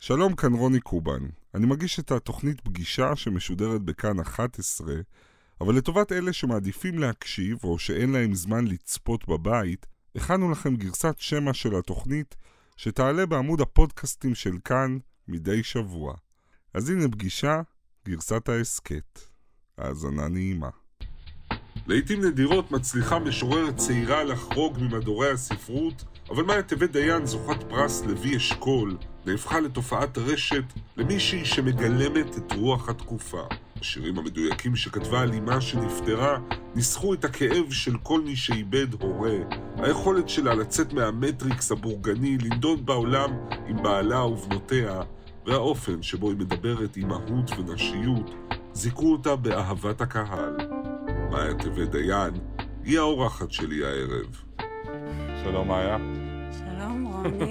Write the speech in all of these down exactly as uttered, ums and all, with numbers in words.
שלום, כאן רוני קובן. אני מגיש את התוכנית פגישה שמשודרת בכאן אחת עשרה, אבל לטובת אלה שמעדיפים להקשיב או שאין להם זמן לצפות בבית, הכנו לכם גרסת שמע של התוכנית שתעלה בעמוד הפודקאסטים של כאן מדי שבוע. אז הנה פגישה, גרסת העסקת. האזנה נעימה. לעתים נדירות מצליחה משוררת צעירה לחרוג ממדורי הספרות, אבל מאיה טבת דיין, זוכת פרס לוי אשכול, נהפכה לתופעת רשת למישהי שמגלמת את רוח התקופה. השירים המדויקים שכתבה על אימה שנפטרה ניסחו את הכאב של כל מי שאיבד הורה, היכולת שלה לצאת מהמטריקס הבורגני, לנדוד בעולם עם בעלה ובנותיה, והאופן שבו היא מדברת אימהות ונשיות זיכו אותה באהבת הקהל. מאיה טבת דיין היא האורחת שלי הערב. שלום מאיה. שלום רוני.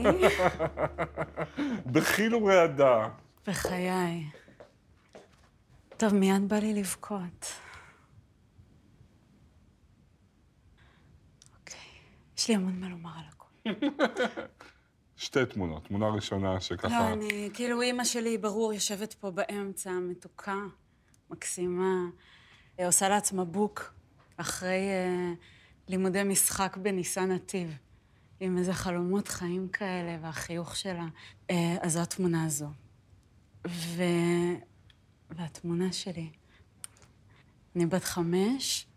בחיל ורעדה. בחיי. טוב, מיד בא לי לבכות. אוקיי, יש לי המון מה לומר על הכל. שתי תמונות. תמונה ראשונה שככה... לא, אני, כאילו אמא שלי, ברור, יושבת פה באמצע, מתוקה, מקסימה, עושה לעצמה בוק אחרי uh, לימודי משחק בניסן נתיב, עם איזה חלומות חיים כאלה והחיוך שלה. Uh, אז זו התמונה הזו. ו... והתמונה שלי. אני בת חמש,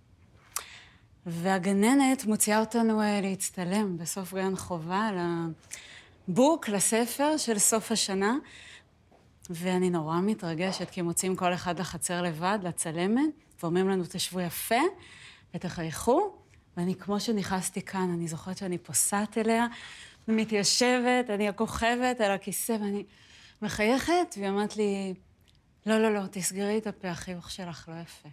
והגננת מוציאה אותנו uh, להצטלם בסוף גן חובה לבוק, לספר של סוף השנה, ואני נורא מתרגשת, כי מוצאים כל אחד לחצר לבד, לצלמת, ואומרים לנו, תשבו יפה ותחייכו, ואני כמו שנכנסתי כאן, אני זוכרת שאני פוסעת אליה, ומתיישבת, אני הכוכבת על הכיסא, ואני מחייכת, והיא אמרת לי, לא, לא, לא, תסגרי את הפה, החיוך שלך לא יפה.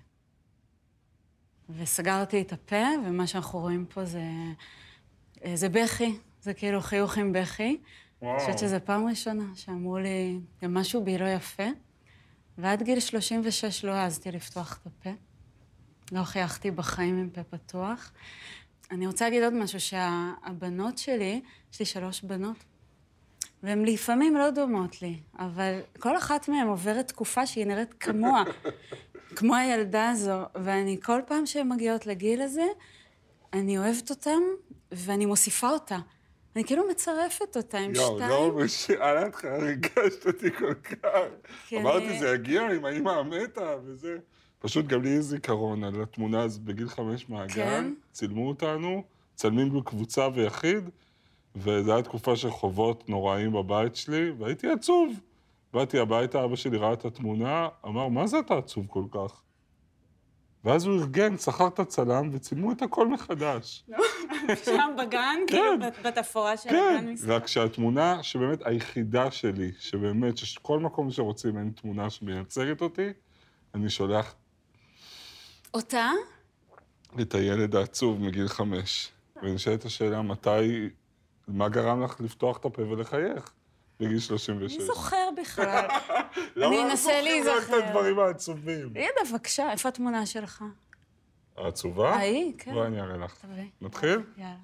וסגרתי את הפה, ומה שאנחנו רואים פה זה, זה בכי, זה כאילו חיוך עם בכי. אני חושבת שזו פעם ראשונה שאמרו לי, משהו בי לא יפה, ועד גיל שלושים ושש לא העזתי לפתוח את הפה. לא חייכתי בחיים עם פה פתוח. אני רוצה להגיד עוד משהו, שהבנות שלי, יש לי שלוש בנות, והן לפעמים לא דומות לי, אבל כל אחת מהן עוברת תקופה שהיא נראית כמוה, כמו הילדה הזו, ואני כל פעם שהן מגיעות לגיל הזה, אני אוהבת אותן, ואני מוסיפה אותה. אני כאילו מצרפת אותה עם שתיים. יואו, לא, משאלה אותך, הרגשת אותי כל כך. אמרתי, זה יגיע עם האמא המתה וזה. פשוט גם לי יש זיכרון על התמונה הזאת בגיל חמש מהגן. צילמו אותנו, צלמים בקבוצה ויחיד, וזו הייתה תקופה של חובות נוראים בבית שלי, והייתי עצוב. באתי הביתה, אבא שלי ראה את התמונה, אמר, מה זה אתה עצוב כל כך? ואז הוא ארגן, שכר את הצלם, וצילמו את הכל מחדש. שם בגן, כאילו בתפאורה של הגן משחק. רק שהתמונה שבאמת היחידה שלי, שבאמת, שכל מקום שרוצים אין תמונה שמייצגת אותי, אני שולח... אותה? את הילד העצוב מגיל חמש. ואני שואלת את השאלה, מתי, מה גרם לך לפתוח את הפה ולחייך בגיל שלושים ושש? מי זוכר בכלל? אני אנסה להיזכר. למה זוכרים רק את הדברים העצובים? ידע, בבקשה, איפה התמונה שלך? העצובה? ההיא, כן. בואי אני אראה לך. תביא. נתחיל? יאללה.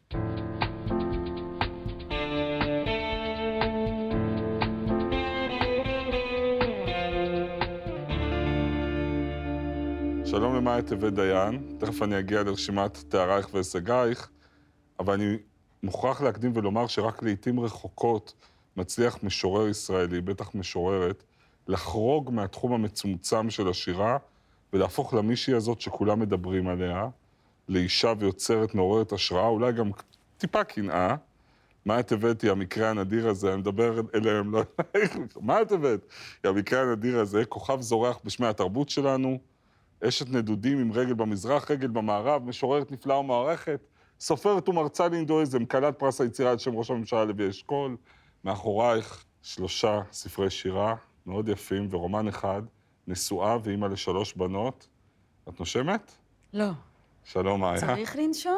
שלום למאיה טבת דיין, תכף אני אגיע לרשימת תארייך והישגייך, אבל אני מוכרח להקדים ולומר שרק לעתים רחוקות מצליח משורר ישראלי, בטח משוררת, לחרוג מהתחום המצומצם של השירה ולהפוך למישהי הזאת שכולם מדברים עליה, לאישה ויוצרת מעוררת השראה, אולי גם טיפה קנאה. מאיה טבת היא המקרה הנדיר הזה, אני מדבר אליהם, לא אלייך, מאיה טבת היא המקרה הנדיר הזה, כוכב זורח בשמי התרבות שלנו, אשת נדודים עם רגל במזרח, רגל במערב, משוררת נפלאה ומערכת, סופרת ומרצה לאינדואיזם, כלת פרס היצירה על שם ראש הממשלה לוי אשכול. מאחורייך שלושה ספרי שירה מאוד יפים ורומן אחד, נשואה ואימא לשלוש בנות. את נושמת? לא. שלום מאיה. צריך לנשום?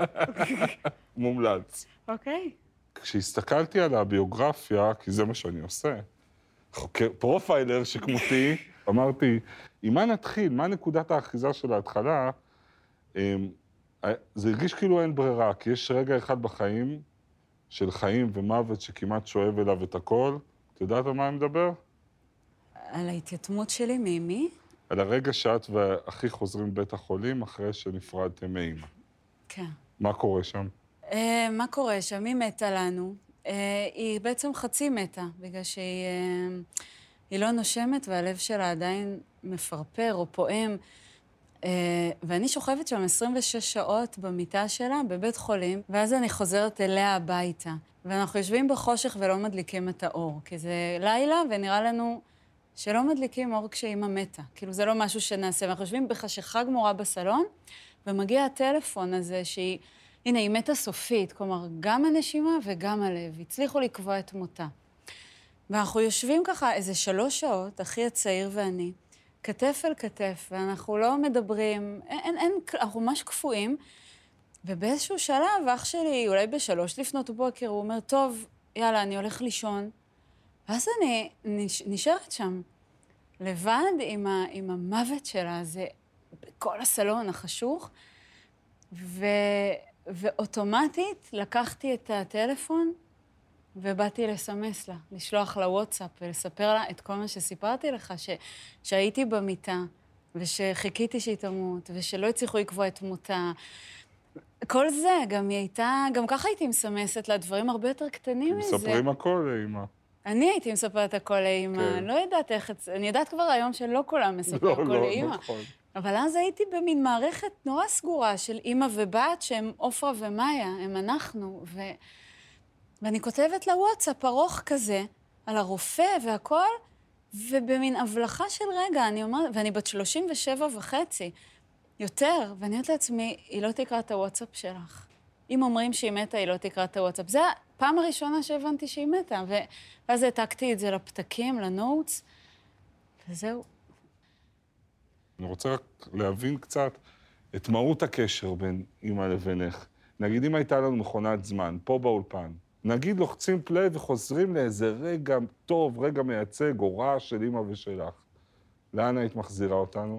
מומלץ. אוקיי. כשהסתכלתי על הביוגרפיה, כי זה מה שאני עושה, חוקר, פרופיילר שכמותי, אמרתי, עם מה נתחיל? מה נקודת האחיזה של ההתחלה? זה הרגיש כאילו אין ברירה, כי יש רגע אחד בחיים של חיים ומוות שכמעט שואב אליו את הכל, את יודעת על מה אני מדבר? על ההתייתמות שלי ממי? על הרגע שאת ואחי חוזרים בית החולים אחרי שנפרדתם מאמא. כן. מה קורה שם? Uh, מה קורה שם? היא מתה לנו. Uh, היא בעצם חצי מתה, בגלל שהיא uh, היא לא נושמת והלב שלה עדיין מפרפר או פועם. Uh, ואני שוכבת שם עשרים ושש שעות במיטה שלה, בבית חולים, ואז אני חוזרת אליה הביתה. ואנחנו יושבים בחושך ולא מדליקים את האור, כי זה לילה ונראה לנו שלא מדליקים אור כשאימא מתה. כאילו זה לא משהו שנעשה. ואנחנו יושבים בחשיכה גמורה בסלון, ומגיע הטלפון הזה שהיא, הנה, היא מתה סופית, כלומר, גם הנשימה וגם הלב. הצליחו לקבוע את מותה. ואנחנו יושבים ככה איזה שלוש שעות, אחי הצעיר ואני, כתף אל כתף, ואנחנו לא מדברים, אין, אין, אין, אנחנו ממש קפואים, ובאיזשהו שלב, אח שלי, אולי בשלוש לפנות בוקר, הוא אומר, טוב, יאללה, אני הולך לישון. ואז אני נש, נשארת שם, לבד עם, ה, עם המוות שלה, זה בכל הסלון החשוך, ו, ואוטומטית לקחתי את הטלפון, ובאתי לסמס לה, לשלוח לה וואטסאפ ולספר לה את כל מה שסיפרתי לך, ש... שהייתי במיטה, ושחיכיתי שהיא תמות, ושלא הצליחו לקבוע את מותה. כל זה, גם היא הייתה, גם ככה הייתי מסמסת לה דברים הרבה יותר קטנים מזה. מספרים הכל לאמא. אני הייתי מספרת הכל לאמא, כן. לא יודעת איך, אני יודעת כבר היום שלא כולם מספר הכל לא, לאמא. לא, נכון. אבל אז הייתי במין מערכת נורא סגורה של אמא ובת, שהם אופרה ומאיה, הם אנחנו, ו... ואני כותבת לה וואטסאפ ארוך כזה, על הרופא והכל, ובמין הבלחה של רגע, אני אומרת, ואני בת שלושים ושבע וחצי, יותר, ואני אומרת לעצמי, היא לא תקרא את הוואטסאפ שלך. אם אומרים שהיא מתה, היא לא תקרא את הוואטסאפ. זו הפעם הראשונה שהבנתי שהיא מתה, ואז העתקתי את זה לפתקים, לנוטס, וזהו. אני רוצה רק להבין קצת את מהות הקשר בין אמא לבינך. נגיד, אם הייתה לנו מכונת זמן, פה באולפן, נגיד לוחצים פליי וחוזרים לאיזה רגע טוב, רגע מייצג, או רע של אמא ושלך. לאן היית מחזירה אותנו?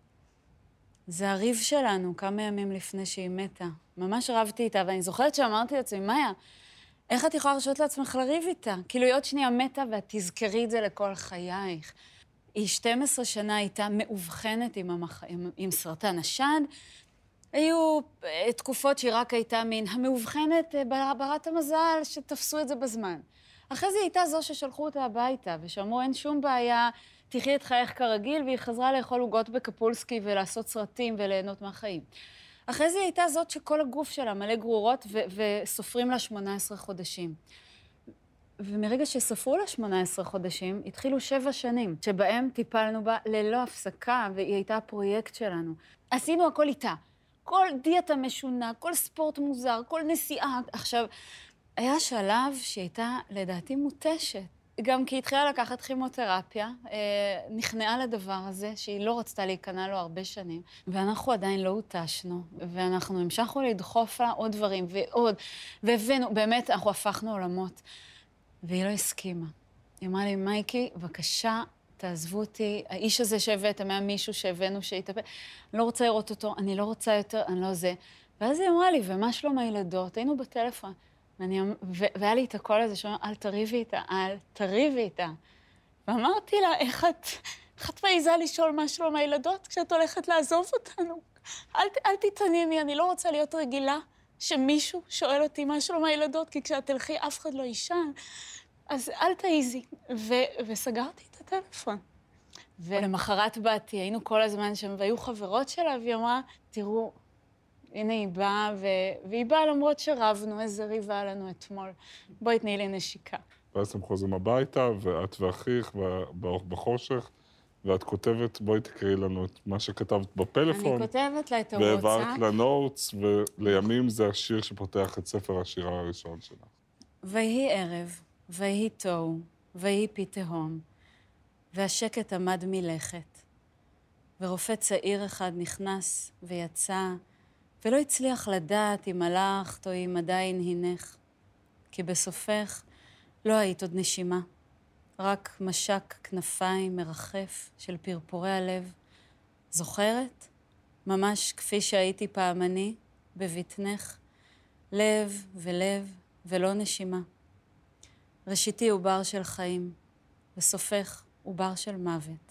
זה הריב שלנו, כמה ימים לפני שהיא מתה. ממש רבתי איתה, ואני זוכרת שאמרתי לעצמי, מאיה, איך את יכולה לרשות לעצמך לריב איתה? כאילו, היא עוד שנייה מתה, ואת תזכרי את זה לכל חייך. היא שתים עשרה שנה הייתה מאובחנת עם, המח... עם... עם סרטן השד, היו תקופות שהיא רק הייתה מין המאובחנת ברת המזל שתפסו את זה בזמן. אחרי זה היא הייתה זו ששלחו אותה הביתה, ושאמרו אין שום בעיה, תחי את חייך כרגיל, והיא חזרה לאכול עוגות בקפולסקי ולעשות סרטים וליהנות מהחיים. אחרי זה היא הייתה זאת שכל הגוף שלה מלא גרורות ו- וסופרים לה שמונה עשרה חודשים. ומרגע שספרו לה שמונה עשרה חודשים, התחילו שבע שנים, שבהם טיפלנו בה ללא הפסקה, והיא הייתה הפרויקט שלנו. עשינו הכל איתה. כל דיאטה משונה, כל ספורט מוזר, כל נסיעה. עכשיו, היה שלב שהיא הייתה לדעתי מוטשת. גם כי היא התחילה לקחת כימותרפיה, נכנעה לדבר הזה, שהיא לא רצתה להיכנע לו הרבה שנים, ואנחנו עדיין לא הוטשנו, ואנחנו המשכנו לדחוף לה עוד דברים ועוד, והבאנו, באמת, אנחנו הפכנו עולמות, והיא לא הסכימה. היא אמרה לי, מייקי, בבקשה, תעזבו אותי, האיש הזה שהבאתם, היה מישהו שהבאנו שהתאבד, אני לא רוצה לראות אותו, אני לא רוצה יותר, אני לא זה. ואז היא אמרה לי, ומה שלום הילדות? היינו בטלפון. ואני, ו, והיה לי את הקול הזה שאומר, אל תריבי איתה, אל תריבי איתה. ואמרתי לה, איך את, איך את מעיזה לשאול מה שלום הילדות כשאת הולכת לעזוב אותנו? אל, אל תתענייני, אני לא רוצה להיות רגילה שמישהו שואל אותי מה שלום הילדות, כי כשאת תלכי אף אחד לא יישן. אז אל תעיזי. ו, וסגרתי את הטלפון. ולמחרת באתי, היינו כל הזמן שם, והיו חברות שלה, והיא אמרה, תראו, הנה היא באה, ו... והיא באה למרות שרבנו, איזה ריבה לנו אתמול. בואי תני לי נשיקה. ואז הם חוזרים הביתה, ואת ואחיך בחושך, ואת כותבת, בואי תקראי לנו את מה שכתבת בפלאפון. אני כותבת לה את הוואטסאפ. והעברת לנוטס, ולימים זה השיר שפותח את ספר השירה הראשון שלה. ויהי ערב, ויהי תוהו, ויהי פי תהום, והשקט עמד מלכת. ורופא צעיר אחד נכנס ויצא, ולא הצליח לדעת אם הלכת או אם עדיין הנך, כי בסופך לא היית עוד נשימה, רק משק כנפיים מרחף של פרפורי הלב. זוכרת? ממש כפי שהייתי פעם אני, בבטנך, לב ולב ולא נשימה. ראשיתי עובר של חיים, וסופך עובר של מוות.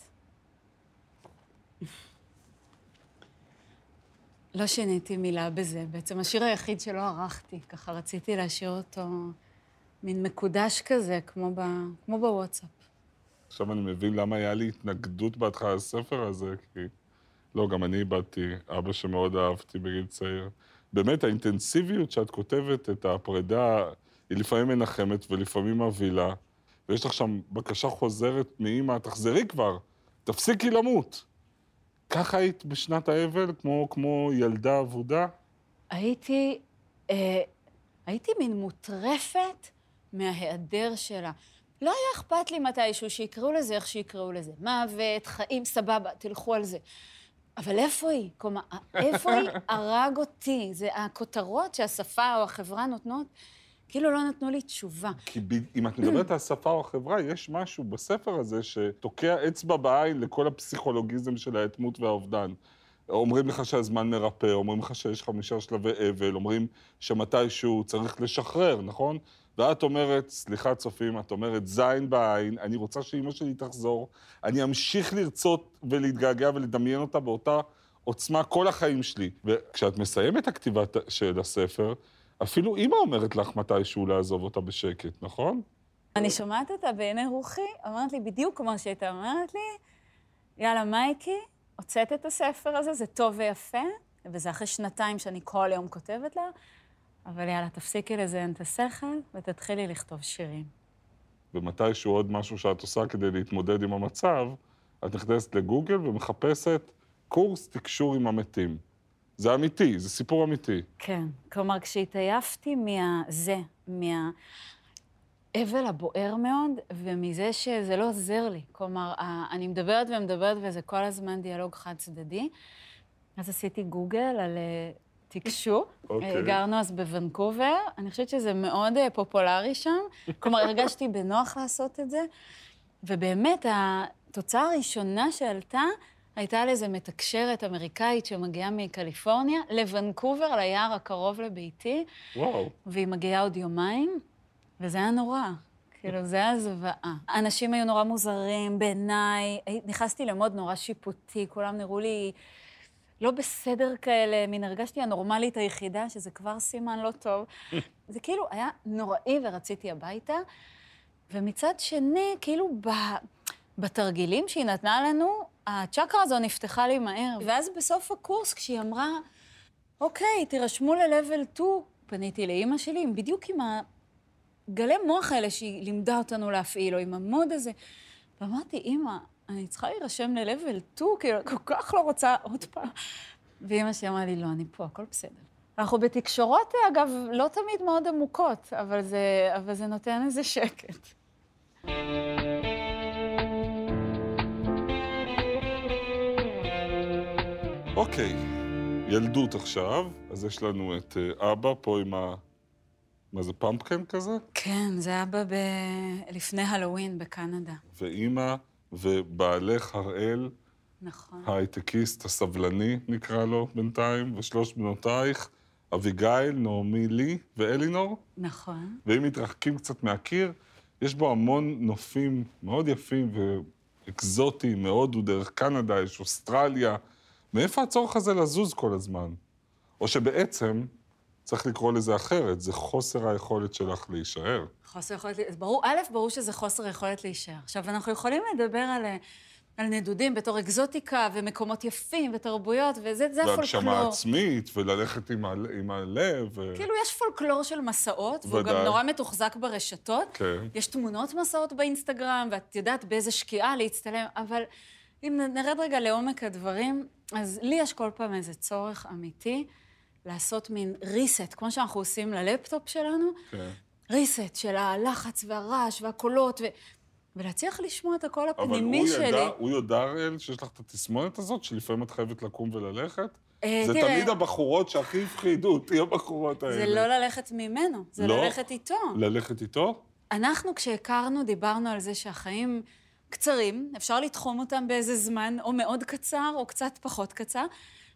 לא שיניתי מילה בזה, בעצם השיר היחיד שלא ערכתי, ככה רציתי להשאיר אותו מין מקודש כזה, כמו, ב... כמו בוואטסאפ. עכשיו אני מבין למה היה לי התנגדות בהתחלה לספר הזה, כי... לא, גם אני איבדתי אבא שמאוד אהבתי בגיל צעיר. באמת, האינטנסיביות שאת כותבת את הפרידה, היא לפעמים מנחמת ולפעמים מבהילה, ויש לך שם בקשה חוזרת מאמא, תחזרי כבר, תפסיקי למות. ככה היית בשנת האבל, כמו, כמו ילדה אבודה? הייתי, אה, הייתי מין מוטרפת מההיעדר שלה. לא היה אכפת לי מתישהו שיקראו לזה איך שיקראו לזה. מוות, חיים, סבבה, תלכו על זה. אבל איפה היא? כלומר, איפה היא הרג אותי? זה הכותרות שהשפה או החברה נותנות, כאילו לא נתנו לי תשובה. כי ב... אם את מדברת על השפה או החברה, יש משהו בספר הזה שתוקע אצבע בעין לכל הפסיכולוגיזם של ההתמות והאובדן. אומרים לך שהזמן מרפא, אומרים לך שיש חמישה שלבי אבל, אומרים שמתישהו צריך לשחרר, נכון? ואת אומרת, סליחה צופים, את אומרת, זין בעין, אני רוצה שאמא שלי תחזור, אני אמשיך לרצות ולהתגעגע ולדמיין אותה באותה עוצמה כל החיים שלי. וכשאת מסיימת את הכתיבה של הספר, אפילו אמא אומרת לך מתישהו לעזוב אותה בשקט, נכון? אני שומעת אותה בעיני רוחי, אמרת לי בדיוק כמו שהייתה אומרת לי, יאללה מייקי, הוצאת את הספר הזה, זה טוב ויפה, וזה אחרי שנתיים שאני כל יום כותבת לה, אבל יאללה, תפסיקי לזיין את השכל ותתחילי לכתוב שירים. ומתישהו עוד משהו שאת עושה כדי להתמודד עם המצב, את נכנסת לגוגל ומחפשת קורס תקשור עם המתים. זה אמיתי, זה סיפור אמיתי. כן, כלומר, כשהתעייפתי מהזה, מהאבל הבוער מאוד, ומזה שזה לא עוזר לי. כלומר, אני מדברת ומדברת וזה כל הזמן דיאלוג חד צדדי, אז עשיתי גוגל על תקשור. אוקיי. גרנו אז בוונקובר, אני חושבת שזה מאוד פופולרי שם, כלומר, הרגשתי בנוח לעשות את זה, ובאמת, התוצאה הראשונה שעלתה, הייתה על איזו מתקשרת אמריקאית שמגיעה מקליפורניה, לוונקובר, ליער הקרוב לביתי. וואו. והיא מגיעה עוד יומיים, וזה היה נורא. כאילו, זה היה זוועה. האנשים היו נורא מוזרים בעיניי, נכנסתי למוד נורא שיפוטי, כולם נראו לי לא בסדר כאלה, מן הרגשתי הנורמלית היחידה, שזה כבר סימן לא טוב. זה כאילו היה נוראי ורציתי הביתה, ומצד שני, כאילו, ב... בתרגילים שהיא נתנה לנו, הצ'קרה הזו נפתחה לי מהר, ואז בסוף הקורס, כשהיא אמרה, אוקיי, תירשמו ל-level שתיים, פניתי לאמא שלי, בדיוק עם הגלי מוח האלה שהיא לימדה אותנו להפעיל, או עם המוד הזה, ואמרתי, אמא, אני צריכה להירשם ל-level שתיים, כי אני כל כך לא רוצה עוד פעם. ואמא שלי אמרה לי, לא, אני פה, הכל בסדר. אנחנו בתקשורות, אגב, לא תמיד מאוד עמוקות, אבל זה, אבל זה נותן איזה שקט. אוקיי, ילדות עכשיו, אז יש לנו את אבא פה עם ה... מה זה, פמפקן כזה? כן, זה אבא ב... לפני הלואוין בקנדה. ואמא ובעלך הראל, נכון. ההייטקיסט הסבלני נקרא לו בינתיים, ושלוש בנותייך, אביגיל, נעמי לי ואלינור. נכון. ואם מתרחקים קצת מהקיר, יש בו המון נופים מאוד יפים ואקזוטיים, מהודו דרך קנדה, יש אוסטרליה. מאיפה הצורך הזה לזוז כל הזמן? או שבעצם צריך לקרוא לזה אחרת, זה חוסר היכולת שלך להישאר. חוסר יכולת... ברור, א', ברור שזה חוסר יכולת להישאר. עכשיו, אנחנו יכולים לדבר על, על נדודים בתור אקזוטיקה ומקומות יפים ותרבויות, וזה זה הפולקלור. והגשמה עצמית, וללכת עם, ה... עם הלב. ו... כאילו, יש פולקלור של מסעות, והוא גם נורא מתוחזק ברשתות. כן. יש תמונות מסעות באינסטגרם, ואת יודעת באיזה שקיעה להצטלם, אבל אם נרד רגע לעומק הדברים, אז לי יש כל פעם איזה צורך אמיתי לעשות מין ריסט, כמו שאנחנו עושים ללפטופ שלנו, כן. ריסט של הלחץ והרעש והקולות, ו... ולהצליח לשמוע את הקול הפנימי שלי. אבל הוא יודע, הראל, שיש לך את התסמונת הזאת, שלפעמים את חייבת לקום וללכת? אה, זה תראה, תמיד הבחורות שהכי הפחידו אותי, הבחורות האלה. זה לא ללכת ממנו, זה לא? ללכת איתו. ללכת איתו? אנחנו כשהכרנו דיברנו על זה שהחיים קצרים, אפשר לתחום אותם באיזה זמן, או מאוד קצר, או קצת פחות קצר,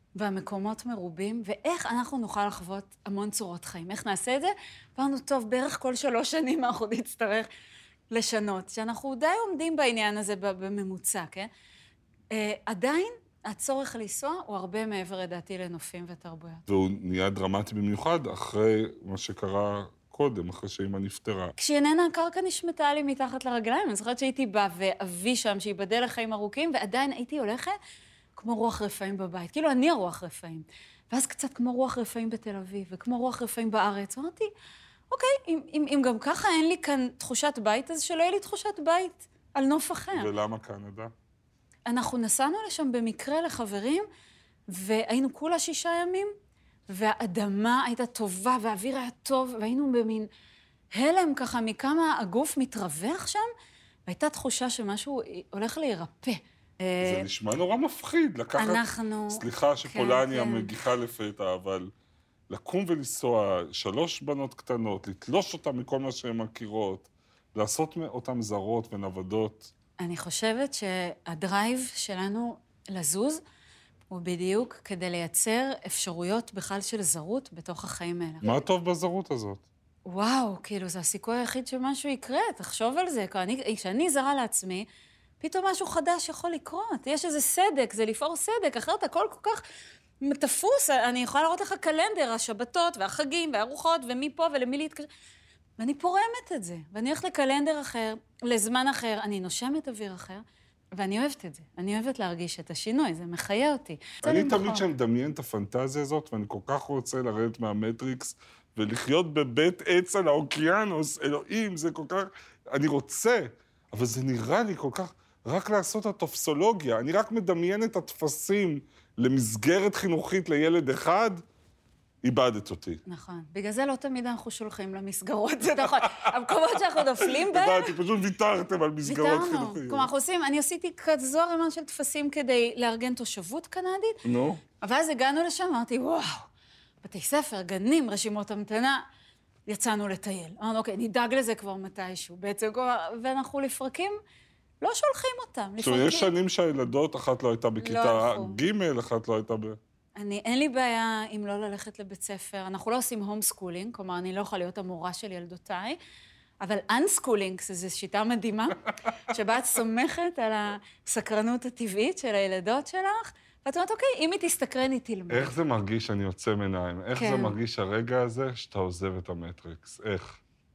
והמקומות מרובים, ואיך אנחנו נוכל לחוות המון צורות חיים. איך נעשה את זה? אמרנו, טוב, בערך כל שלוש שנים אנחנו נצטרך לשנות, שאנחנו די עומדים בעניין הזה בממוצע, כן? אה, עדיין הצורך לנסוע הוא הרבה מעבר לדעתי לנופים ותרבויות. והוא נהיה דרמטי במיוחד אחרי מה שקרה קודם, אחרי שאמא נפטרה. כשיננה הקרקע נשמטה לי מתחת לרגליים, אני זוכרת שהייתי באה ואבי שם, שיבדל לחיים ארוכים, ועדיין הייתי הולכת כמו רוח רפאים בבית. כאילו אני הרוח רפאים. ואז קצת כמו רוח רפאים בתל אביב, וכמו רוח רפאים בארץ. אמרתי, אוקיי, אם, אם, אם גם ככה אין לי כאן תחושת בית, אז שלא יהיה לי תחושת בית על נוף אחר. ולמה קנדה? אנחנו נסענו לשם במקרה לחברים, והיינו כולה שישה ימים, והאדמה הייתה טובה, והאוויר היה טוב, והיינו במין הלם ככה מכמה הגוף מתרווח שם, והייתה תחושה שמשהו הולך להירפא. זה נשמע נורא מפחיד, לקחת... אנחנו... סליחה שפולניה מגיחה לפתע, אבל לקום ולנסוע שלוש בנות קטנות, לתלוש אותן מכל מה שהן מכירות, לעשות אותן זרות ונוודות. אני חושבת שהדרייב שלנו לזוז, הוא בדיוק כדי לייצר אפשרויות בכלל של זרות בתוך החיים האלה. מה טוב בזרות הזאת? וואו, כאילו, זה הסיכוי היחיד שמשהו יקרה, תחשוב על זה. כשאני זרה לעצמי, פתאום משהו חדש יכול לקרות. יש איזה סדק, זה לפעור סדק, אחרת הכל כל כך תפוס. אני יכולה לראות לך קלנדר, השבתות והחגים והארוחות, ומי פה ולמי להתקשר. ואני פורמת את זה, ואני הולכת לקלנדר אחר, לזמן אחר, אני נושמת אוויר אחר, ואני אוהבת את זה. אני אוהבת להרגיש את השינוי, זה מחיה אותי. אני תמיד שאני מדמיין את הפנטזיה הזאת, ואני כל כך רוצה לרדת מהמטריקס, ולחיות בבית עץ על האוקיינוס, אלוהים, זה כל כך... אני רוצה, אבל זה נראה לי כל כך... רק לעשות הטופסולוגיה, אני רק מדמיין את התפסים למסגרת חינוכית לילד אחד, איבדת אותי. נכון. בגלל זה לא תמיד אנחנו שולחים למסגרות, זה נכון. המקומות שאנחנו נופלים בהם... הבנתי, פשוט ויתרתם על מסגרות חינוכיות. ויתרנו. כלומר, אנחנו עושים, אני עשיתי כזו רמה של תפסים כדי לארגן תושבות קנדית, נו. אבל אז הגענו לשם, אמרתי, וואו, בתי ספר, גנים, רשימות המתנה, יצאנו לטייל. אמרנו, אוקיי, נדאג לזה כבר מתישהו. בעצם, ואנחנו לפרקים, לא שולחים אותם. זאת אומרת, יש שנים שהילדות, אחת לא הייתה בכיתה ג', אחת לא הייתה ב... אני, אין לי בעיה אם לא ללכת לבית ספר. אנחנו לא עושים הום סקולינג, כלומר, אני לא יכולה להיות המורה של ילדותיי, אבל אנסקולינג, זו שיטה מדהימה, שבה את סומכת על הסקרנות הטבעית של הילדות שלך, ואת אומרת, אוקיי, אם היא תסתקרן, היא תלמד. איך זה מרגיש שאני יוצא מעיניים? איך זה מרגיש הרגע הזה שאתה עוזב את המטריקס? איך?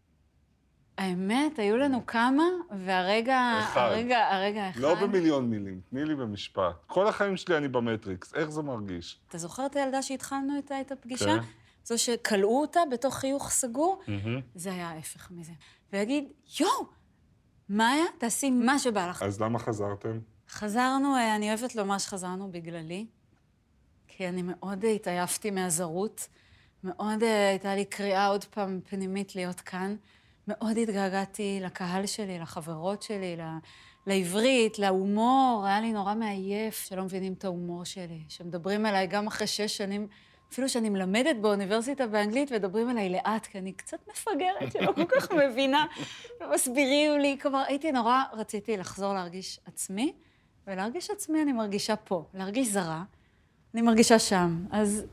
האמת, היו לנו כמה, והרגע... אחד. הרגע, הרגע אחד... לא במיליון מילים, תני לי במשפט. כל החיים שלי אני במטריקס, איך זה מרגיש? אתה זוכר את הילדה שהתחלנו איתה את הפגישה? כן. זו שקלעו אותה בתוך חיוך סגור? Mm-hmm. זה היה ההפך מזה. ויגיד, יואו, מאיה, תעשי מה שבא לך. אז למה חזרתם? חזרנו, אני אוהבת לומר שחזרנו בגללי, כי אני מאוד התעייפתי מהזרות, מאוד הייתה לי קריאה עוד פעם פנימית להיות כאן, מאוד התגעגעתי לקהל שלי, לחברות שלי, לעברית, להומור, היה לי נורא מעייף שלא מבינים את ההומור שלי, שמדברים אליי גם אחרי שש שנים, אפילו שאני מלמדת באוניברסיטה באנגלית, ודברים אליי לאט, כי אני קצת מפגרת שלא כל כך מבינה, ומסבירים לי, כלומר, הייתי נורא, רציתי לחזור להרגיש עצמי, ולהרגיש עצמי אני מרגישה פה, להרגיש זרה, אני מרגישה שם, אז...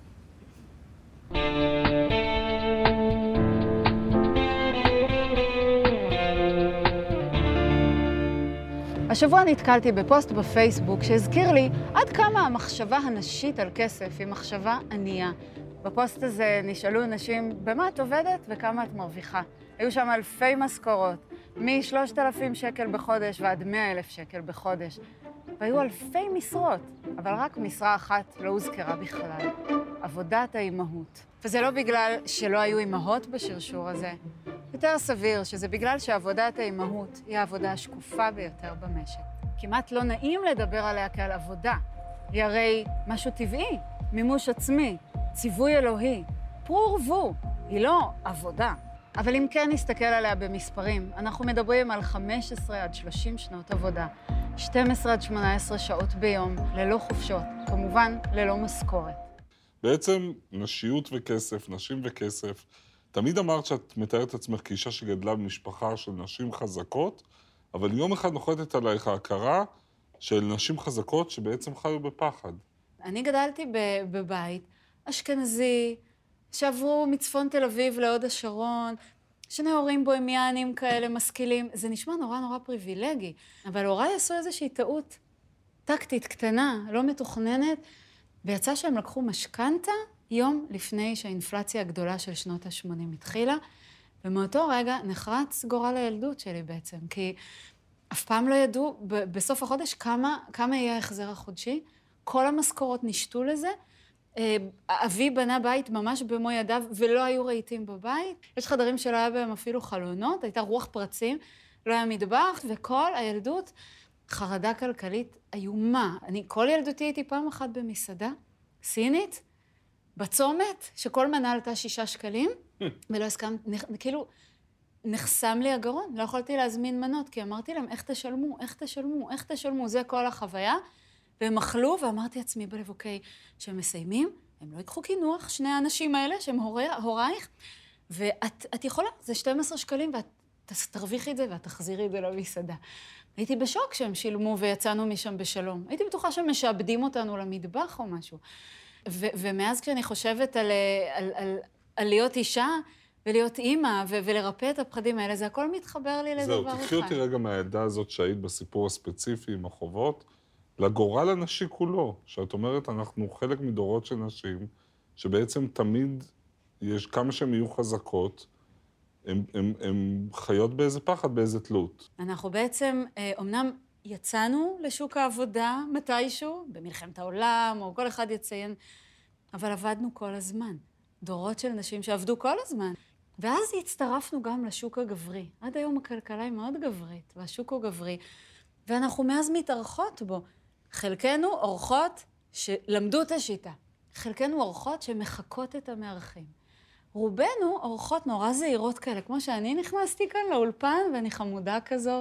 השבוע נתקלתי בפוסט בפייסבוק שהזכיר לי עד כמה המחשבה הנשית על כסף היא מחשבה ענייה. בפוסט הזה נשאלו אנשים במה את עובדת וכמה את מרוויחה. היו שם אלפי משכורות, מ-שלושת אלפים שקל בחודש ועד מאה אלף שקל בחודש. והיו אלפי משרות, אבל רק משרה אחת לא הוזכרה בכלל, עבודת האימהות. וזה לא בגלל שלא היו אימהות בשרשור הזה. יותר סביר שזה בגלל שעבודת האימהות היא העבודה השקופה ביותר במשק. כמעט לא נעים לדבר עליה כעל עבודה. היא הרי משהו טבעי, מימוש עצמי, ציווי אלוהי, פרו ורבו, היא לא עבודה. אבל אם כן נסתכל עליה במספרים, אנחנו מדברים על חמש עשרה עד שלושים שנות עבודה, שתים עשרה עד שמונה עשרה שעות ביום, ללא חופשות, כמובן ללא משכורת. בעצם נשיות וכסף, נשים וכסף, תמיד אמרת שאת מתארת עצמך כאישה שגדלה במשפחה של נשים חזקות, אבל יום אחד נוחתת עלייך ההכרה של נשים חזקות שבעצם חיו בפחד. אני גדלתי בבית אשכנזי, שעברו מצפון תל אביב להוד השרון, שני הורים בוהמיאנים כאלה משכילים. זה נשמע נורא נורא פריבילגי, אבל הוריי עשו איזושהי טעות טקטית קטנה, לא מתוכננת, ויצא שהם לקחו משכנתה יום לפני שהאינפלציה הגדולה של שנות ה-שמונים התחילה, ומאותו רגע נחרץ גורל הילדות שלי בעצם, כי אף פעם לא ידעו בסוף החודש כמה, כמה יהיה ההחזר החודשי. כל המשכורות נשתו לזה. אבי בנה בית ממש במו ידיו, ולא היו רהיטים בבית. יש חדרים שלא היה בהם אפילו חלונות, הייתה רוח פרצים, לא היה מטבח, וכל הילדות חרדה כלכלית איומה. אני כל ילדותי הייתי פעם אחת במסעדה סינית, בצומת, שכל מנה עלתה שישה שקלים, ולא הסכמת, כאילו, נחסם לי הגרון, לא יכולתי להזמין מנות, כי אמרתי להם, איך תשלמו, איך תשלמו, איך תשלמו, זה כל החוויה. והם אכלו, ואמרתי לעצמי בלב, אוקיי, שהם מסיימים, הם לא יקחו כינוח, שני האנשים האלה, שהם הורי, הורייך, ואת את יכולה, זה שנים עשר שקלים, ואת תרוויחי את זה, ואת תחזירי את זה למסעדה. הייתי בשוק שהם שילמו, ויצאנו משם בשלום. הייתי בטוחה שהם משעבדים אותנו למטבח או משהו. ו- ומאז כשאני חושבת על, על, על, על להיות אישה, ולהיות אימא, ו- ולרפא את הפחדים האלה, זה הכל מתחבר לי לדבר אחד. זהו, תקחי אותי רגע מהעדה הזאת שהיית בסיפור הספציפי עם החובות, לגורל הנשי כולו, שאת אומרת, אנחנו חלק מדורות של נשים, שבעצם תמיד יש כמה שהן יהיו חזקות, הן חיות באיזה פחד, באיזה תלות. אנחנו בעצם, אומנם יצאנו לשוק העבודה מתישהו, במלחמת העולם, או כל אחד יציין, אבל עבדנו כל הזמן. דורות של נשים שעבדו כל הזמן. ואז הצטרפנו גם לשוק הגברי. עד היום הכלכלה היא מאוד גברית, והשוק הוא גברי, ואנחנו מאז מתארחות בו. חלקנו אורחות שלמדו את השיטה. חלקנו אורחות שמחכות את המארחים. רובנו אורחות נורא זהירות כאלה, כמו שאני נכנסתי כאן לאולפן, ואני חמודה כזו,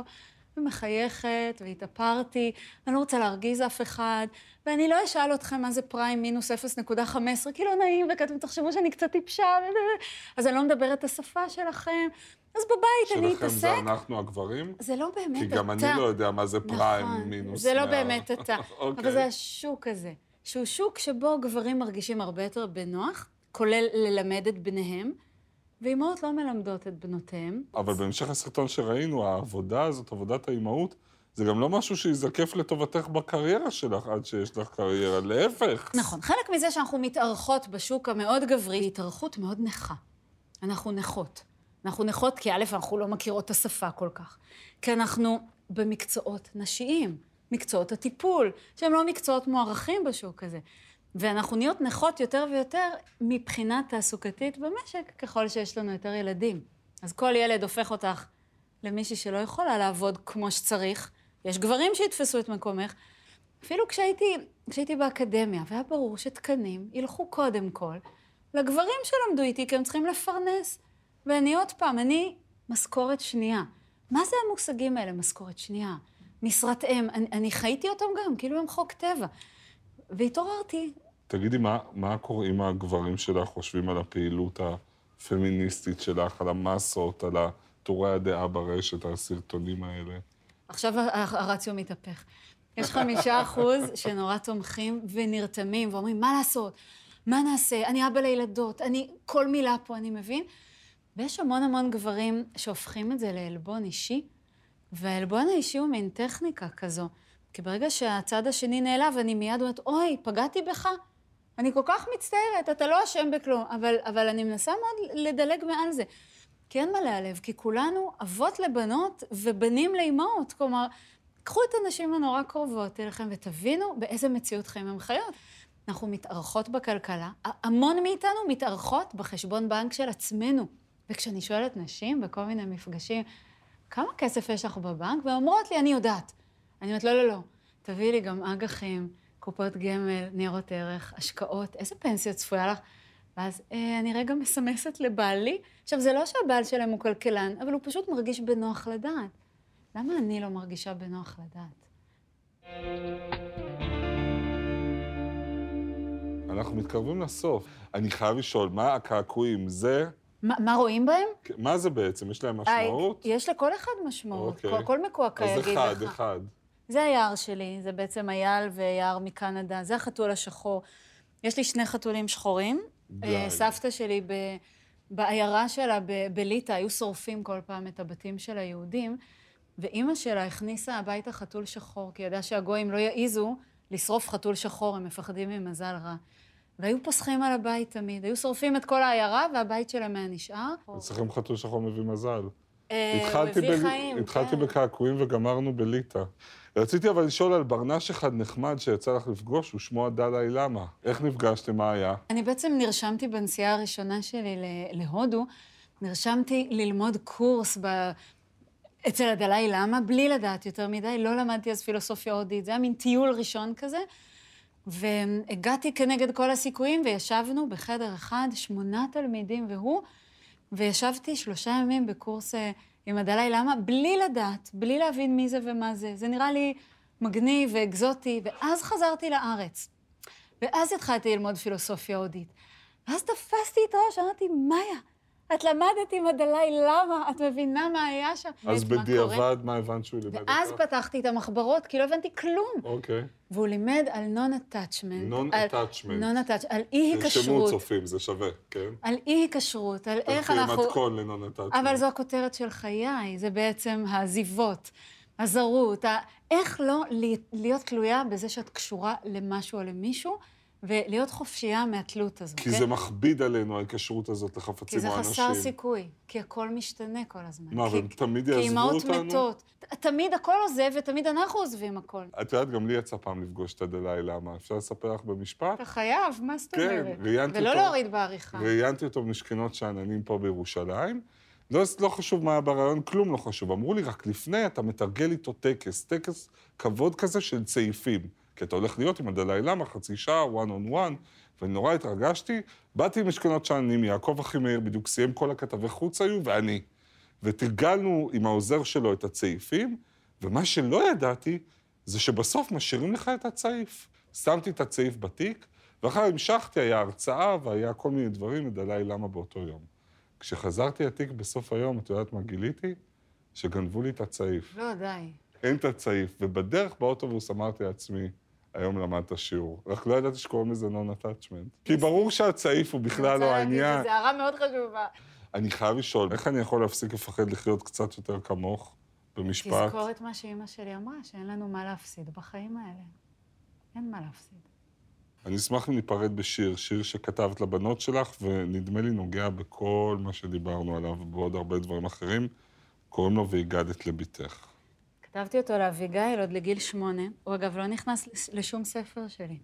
ומחייכת, והתאפרתי, אני לא רוצה להרגיז אף אחד, ואני לא אשאל אתכם מה זה פריים מינוס אפס נקודה חמש עשרה, כי לא נעים, וכאתם תחשבו שאני קצת טיפשה, אז אני לא מדברת את השפה שלכם. אז בבית אני אתעסק. שלכם זה אנחנו הגברים? זה לא באמת אתה. כי גם אני לא יודע מה זה פריים נכון, מינוס. זה לא באמת אתה. אוקיי. אבל זה השוק הזה, שהוא שוק שבו גברים מרגישים הרבה יותר בנוח, כולל ללמד את בניהם, ואימהות לא מלמדות את בנותיהם. אבל בהמשך הסרטון שראינו, העבודה הזאת, עבודת האימהות, זה גם לא משהו שיזקף לטובתך בקריירה שלך, עד שיש לך קריירה, להפך. נכון, חלק מזה שאנחנו מתארחות בשוק המאוד גברי, היא התארכות מאוד נכה. אנחנו נכות. אנחנו נכות כי א', אנחנו לא מכירות את השפה כל כך. כי אנחנו במקצועות נשיים, מקצועות הטיפול, שהם לא מקצועות מוערכים בשוק הזה. ואנחנו נהיות נכות יותר ויותר מבחינה תעסוקתית במשק, ככל שיש לנו יותר ילדים. אז כל ילד הופך אותך למישהי שלא יכולה לעבוד כמו שצריך. יש גברים שיתפסו את מקומך. אפילו כשהייתי, כשהייתי באקדמיה, והיה ברור שתקנים ילכו קודם כל לגברים שלמדו איתי, כי הם צריכים לפרנס. ואני עוד פעם, אני משכורת שנייה. מה זה המושגים האלה, משכורת שנייה? משרת אם, אני, אני חייתי אותם גם, כאילו הם חוק טבע. והתעוררתי. תגידי, מה, מה קוראים הגברים שלך חושבים על הפעילות הפמיניסטית שלך, על המסות, על תורי הדעה ברשת, על הסרטונים האלה? עכשיו הרציו מתהפך. יש חמישה אחוז שנורא תומכים ונרתמים ואומרים, מה לעשות? מה נעשה? אני אבא לילדות, אני, כל מילה פה אני מבין. ויש המון המון גברים שהופכים את זה לעלבון אישי, והעלבון האישי הוא מין טכניקה כזו. כי ברגע שהצד השני נעלב, אני מיד אומרת, אוי, פגעתי בך. אני כל כך מצטערת, אתה לא אשם בכלום, אבל, אבל אני מנסה מאוד לדלג מעל זה. כי אין מה להיעלב, כי כולנו אבות לבנות ובנים לאימהות. כלומר, קחו את הנשים הנורא קרובות אליכם ותבינו באיזה מציאות חיים הם חיות. אנחנו מתארחות בכלכלה, המון מאיתנו מתארחות בחשבון בנק של עצמנו. וכשאני שואלת נשים בכל מיני מפגשים, כמה כסף יש לך בבנק? ואומרות לי, אני יודעת. אני אומרת, לא, לא, לא. תביאי לי גם אג"חים, קופות גמל, ניירות ערך, השקעות, איזה פנסיה צפויה לך? ואז אה, אני רגע מסמסת לבעלי. עכשיו, זה לא שהבעל שלהם הוא כלכלן, אבל הוא פשוט מרגיש בנוח לדעת. למה אני לא מרגישה בנוח לדעת? אנחנו מתקרבים לסוף. אני חייב לשאול, מה הקעקועים? זה... מה, מה רואים בהם? מה זה בעצם? יש להם משמעות? יש לכל אחד משמעות. אוקיי. כל, כל מקועקע יגיד לך. אז אחד, אחד. זה היער שלי, זה בעצם אייל ויער מקנדה, זה החתול השחור. יש לי שני חתולים שחורים. די. סבתא שלי ב... בעיירה שלה ב- בליטא היו שורפים כל פעם את הבתים של היהודים, ואימא שלה הכניסה הביתה חתול שחור, כי ידעה שהגויים לא יעיזו לשרוף חתול שחור, הם מפחדים ממזל רע. והיו פוסחים על הבית תמיד, היו שורפים את כל העיירה והבית שלהם היה נשאר. אצלכם חתול שחור מביא מזל. הוא הביא חיים, התחלתי כן. בקעקועים וגמרנו בליטא. רציתי אבל לשאול על ברנש אחד נחמד שיצא לך לפגוש, הוא שמו הדלאי למה. איך נפגשתם, מה היה? אני בעצם נרשמתי בנסיעה הראשונה שלי להודו, נרשמתי ללמוד קורס ב... אצל הדלאי למה, בלי לדעת יותר מדי, לא למדתי אז פילוסופיה הודית, זה היה מין טיול ראשון כזה, והגעתי כנגד כל הסיכויים, וישבנו בחדר אחד, שמונה תלמידים והוא, וישבתי שלושה ימים בקורס עם הדלאי למה, בלי לדעת, בלי להבין מי זה ומה זה. זה נראה לי מגניב ואקזוטי, ואז חזרתי לארץ. ואז התחלתי ללמוד פילוסופיה הודית. ואז תפסתי את הראש, אמרתי, מאיה, את למדת עם הדלאי למה? את מבינה מה היה שם? אז בדיעבד, מה הבנת שהוא לימד אותך? ואז פתחתי את המחברות, כי לא הבנתי כלום. אוקיי. והוא לימד על non-attachment. non-attachment. non-attachment, על אי-היקשרות. תרשמו צופים, זה שווה, כן? על אי-היקשרות, על איך אנחנו... תלכי מתכון ל-non-attachment. אבל זו הכותרת של חיי, זה בעצם העזיבות, הזרות, ה... איך לא להיות תלויה בזה שאת קשורה למשהו או למישהו, ולהיות חופשייה מהתלות הזאת. כי זה מכביד עלינו, ההיקשרות הזאת לחפצים או אנשים. כי זה חסר סיכוי, כי הכל משתנה כל הזמן. מה, אבל תמיד יעזבו אותנו? כי אמהות מתות. תמיד הכל עוזב, ותמיד אנחנו עוזבים הכל. את יודעת, גם לי יצא פעם לפגוש את הדלאי למה. אפשר לספר לך במשפט? אתה חייב, מה זאת אומרת? כן, ראיינתי אותו. ולא להוריד בעריכה. ראיינתי אותו במשכנות שאננים פה בירושלים. לא, לא חשוב מה היה ברעיון, כלום לא חשוב. אמרו לי, רק לפני אתה מתרגל איתו טקס, טקס כבוד כזה של צעיפים. כי אתה הולך להיות עם הדלאי למה, חצי שעה, one on one, ונורא התרגשתי. באתי עם משכנות שאננים, יעקב אחימאיר, בדיוק סיים כל הכתבי חוץ היו, ואני. ותרגלנו עם העוזר שלו את הצעיפים, ומה שלא ידעתי, זה שבסוף משאירים לך את הצעיף. שמתי את הצעיף בתיק, ואחר המשכתי, היה הרצאה, והיה כל מיני דברים, הדלאי למה באותו יום. כשחזרתי התיק בסוף היום, את יודעת מה גיליתי? שגנבו לי את הצעיף. לא, די. אין את הצעיף, ובדרך באוטובוס אמרתי לעצמי, היום למדת שיעור. רק לא ידעתי שקוראים לזה non-attachment. כי ברור שהצעיף הוא בכלל לא העניין. זו הערה מאוד חשובה. אני חייב לשאול, איך אני יכול להפסיק לפחד לחיות קצת יותר כמוך במשפט? תזכור את מה שאמא שלי אמרה, שאין לנו מה להפסיד בחיים האלה. אין מה להפסיד. אני אשמח אם ניפרד בשיר, שיר שכתבת לבנות שלך, ונדמה לי נוגע בכל מה שדיברנו עליו, ובעוד הרבה דברים אחרים. קוראים לו והגדת לביתך. כתבתי אותו לאביגיל עוד לגיל שמונה. הוא אגב לא נכנס לשום ספר שלי.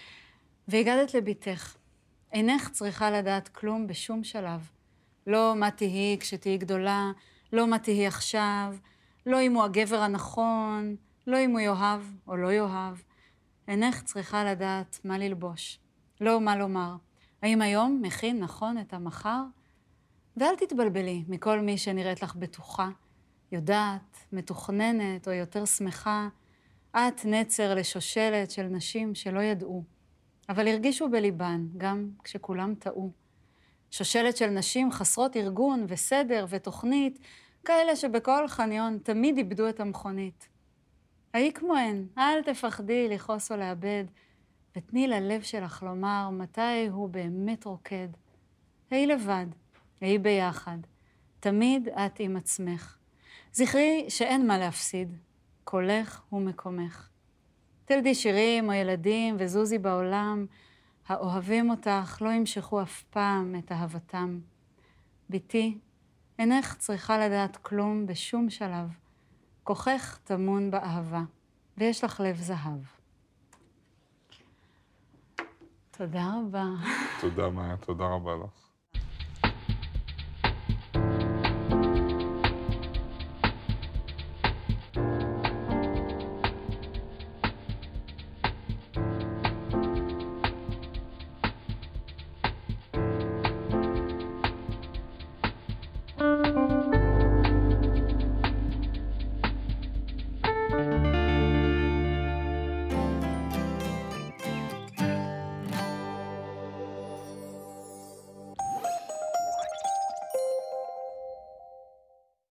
והגדת לביתך. אינך צריכה לדעת כלום בשום שלב. לא מה תהי כשתהי גדולה, לא מה תהי עכשיו, לא אם הוא הגבר הנכון, לא אם הוא יאהב או לא יאהב. אינך צריכה לדעת מה ללבוש, לא מה לומר. האם היום מכין נכון את המחר? ואל תתבלבלי מכל מי שנראית לך בטוחה, יודעת, מתוכננת או יותר שמחה. את נצר לשושלת של נשים שלא ידעו, אבל הרגישו בליבן גם כשכולם טעו. שושלת של נשים חסרות ארגון וסדר ותוכנית, כאלה שבכל חניון תמיד איבדו את המכונית. היי כמוהן, אל תפחדי לכעוס או לאבד, ותני ללב שלך לומר מתי הוא באמת רוקד. היי לבד, היי ביחד, תמיד את עם עצמך. זכרי שאין מה להפסיד, קולך ומקומך. תלדי שירים או ילדים וזוזי בעולם, האוהבים אותך לא ימשכו אף פעם את אהבתם. ביתי, אינך צריכה לדעת כלום בשום שלב. כוחך טמון באהבה, ויש לך לב זהב. תודה רבה. תודה, מאיה, תודה רבה לך.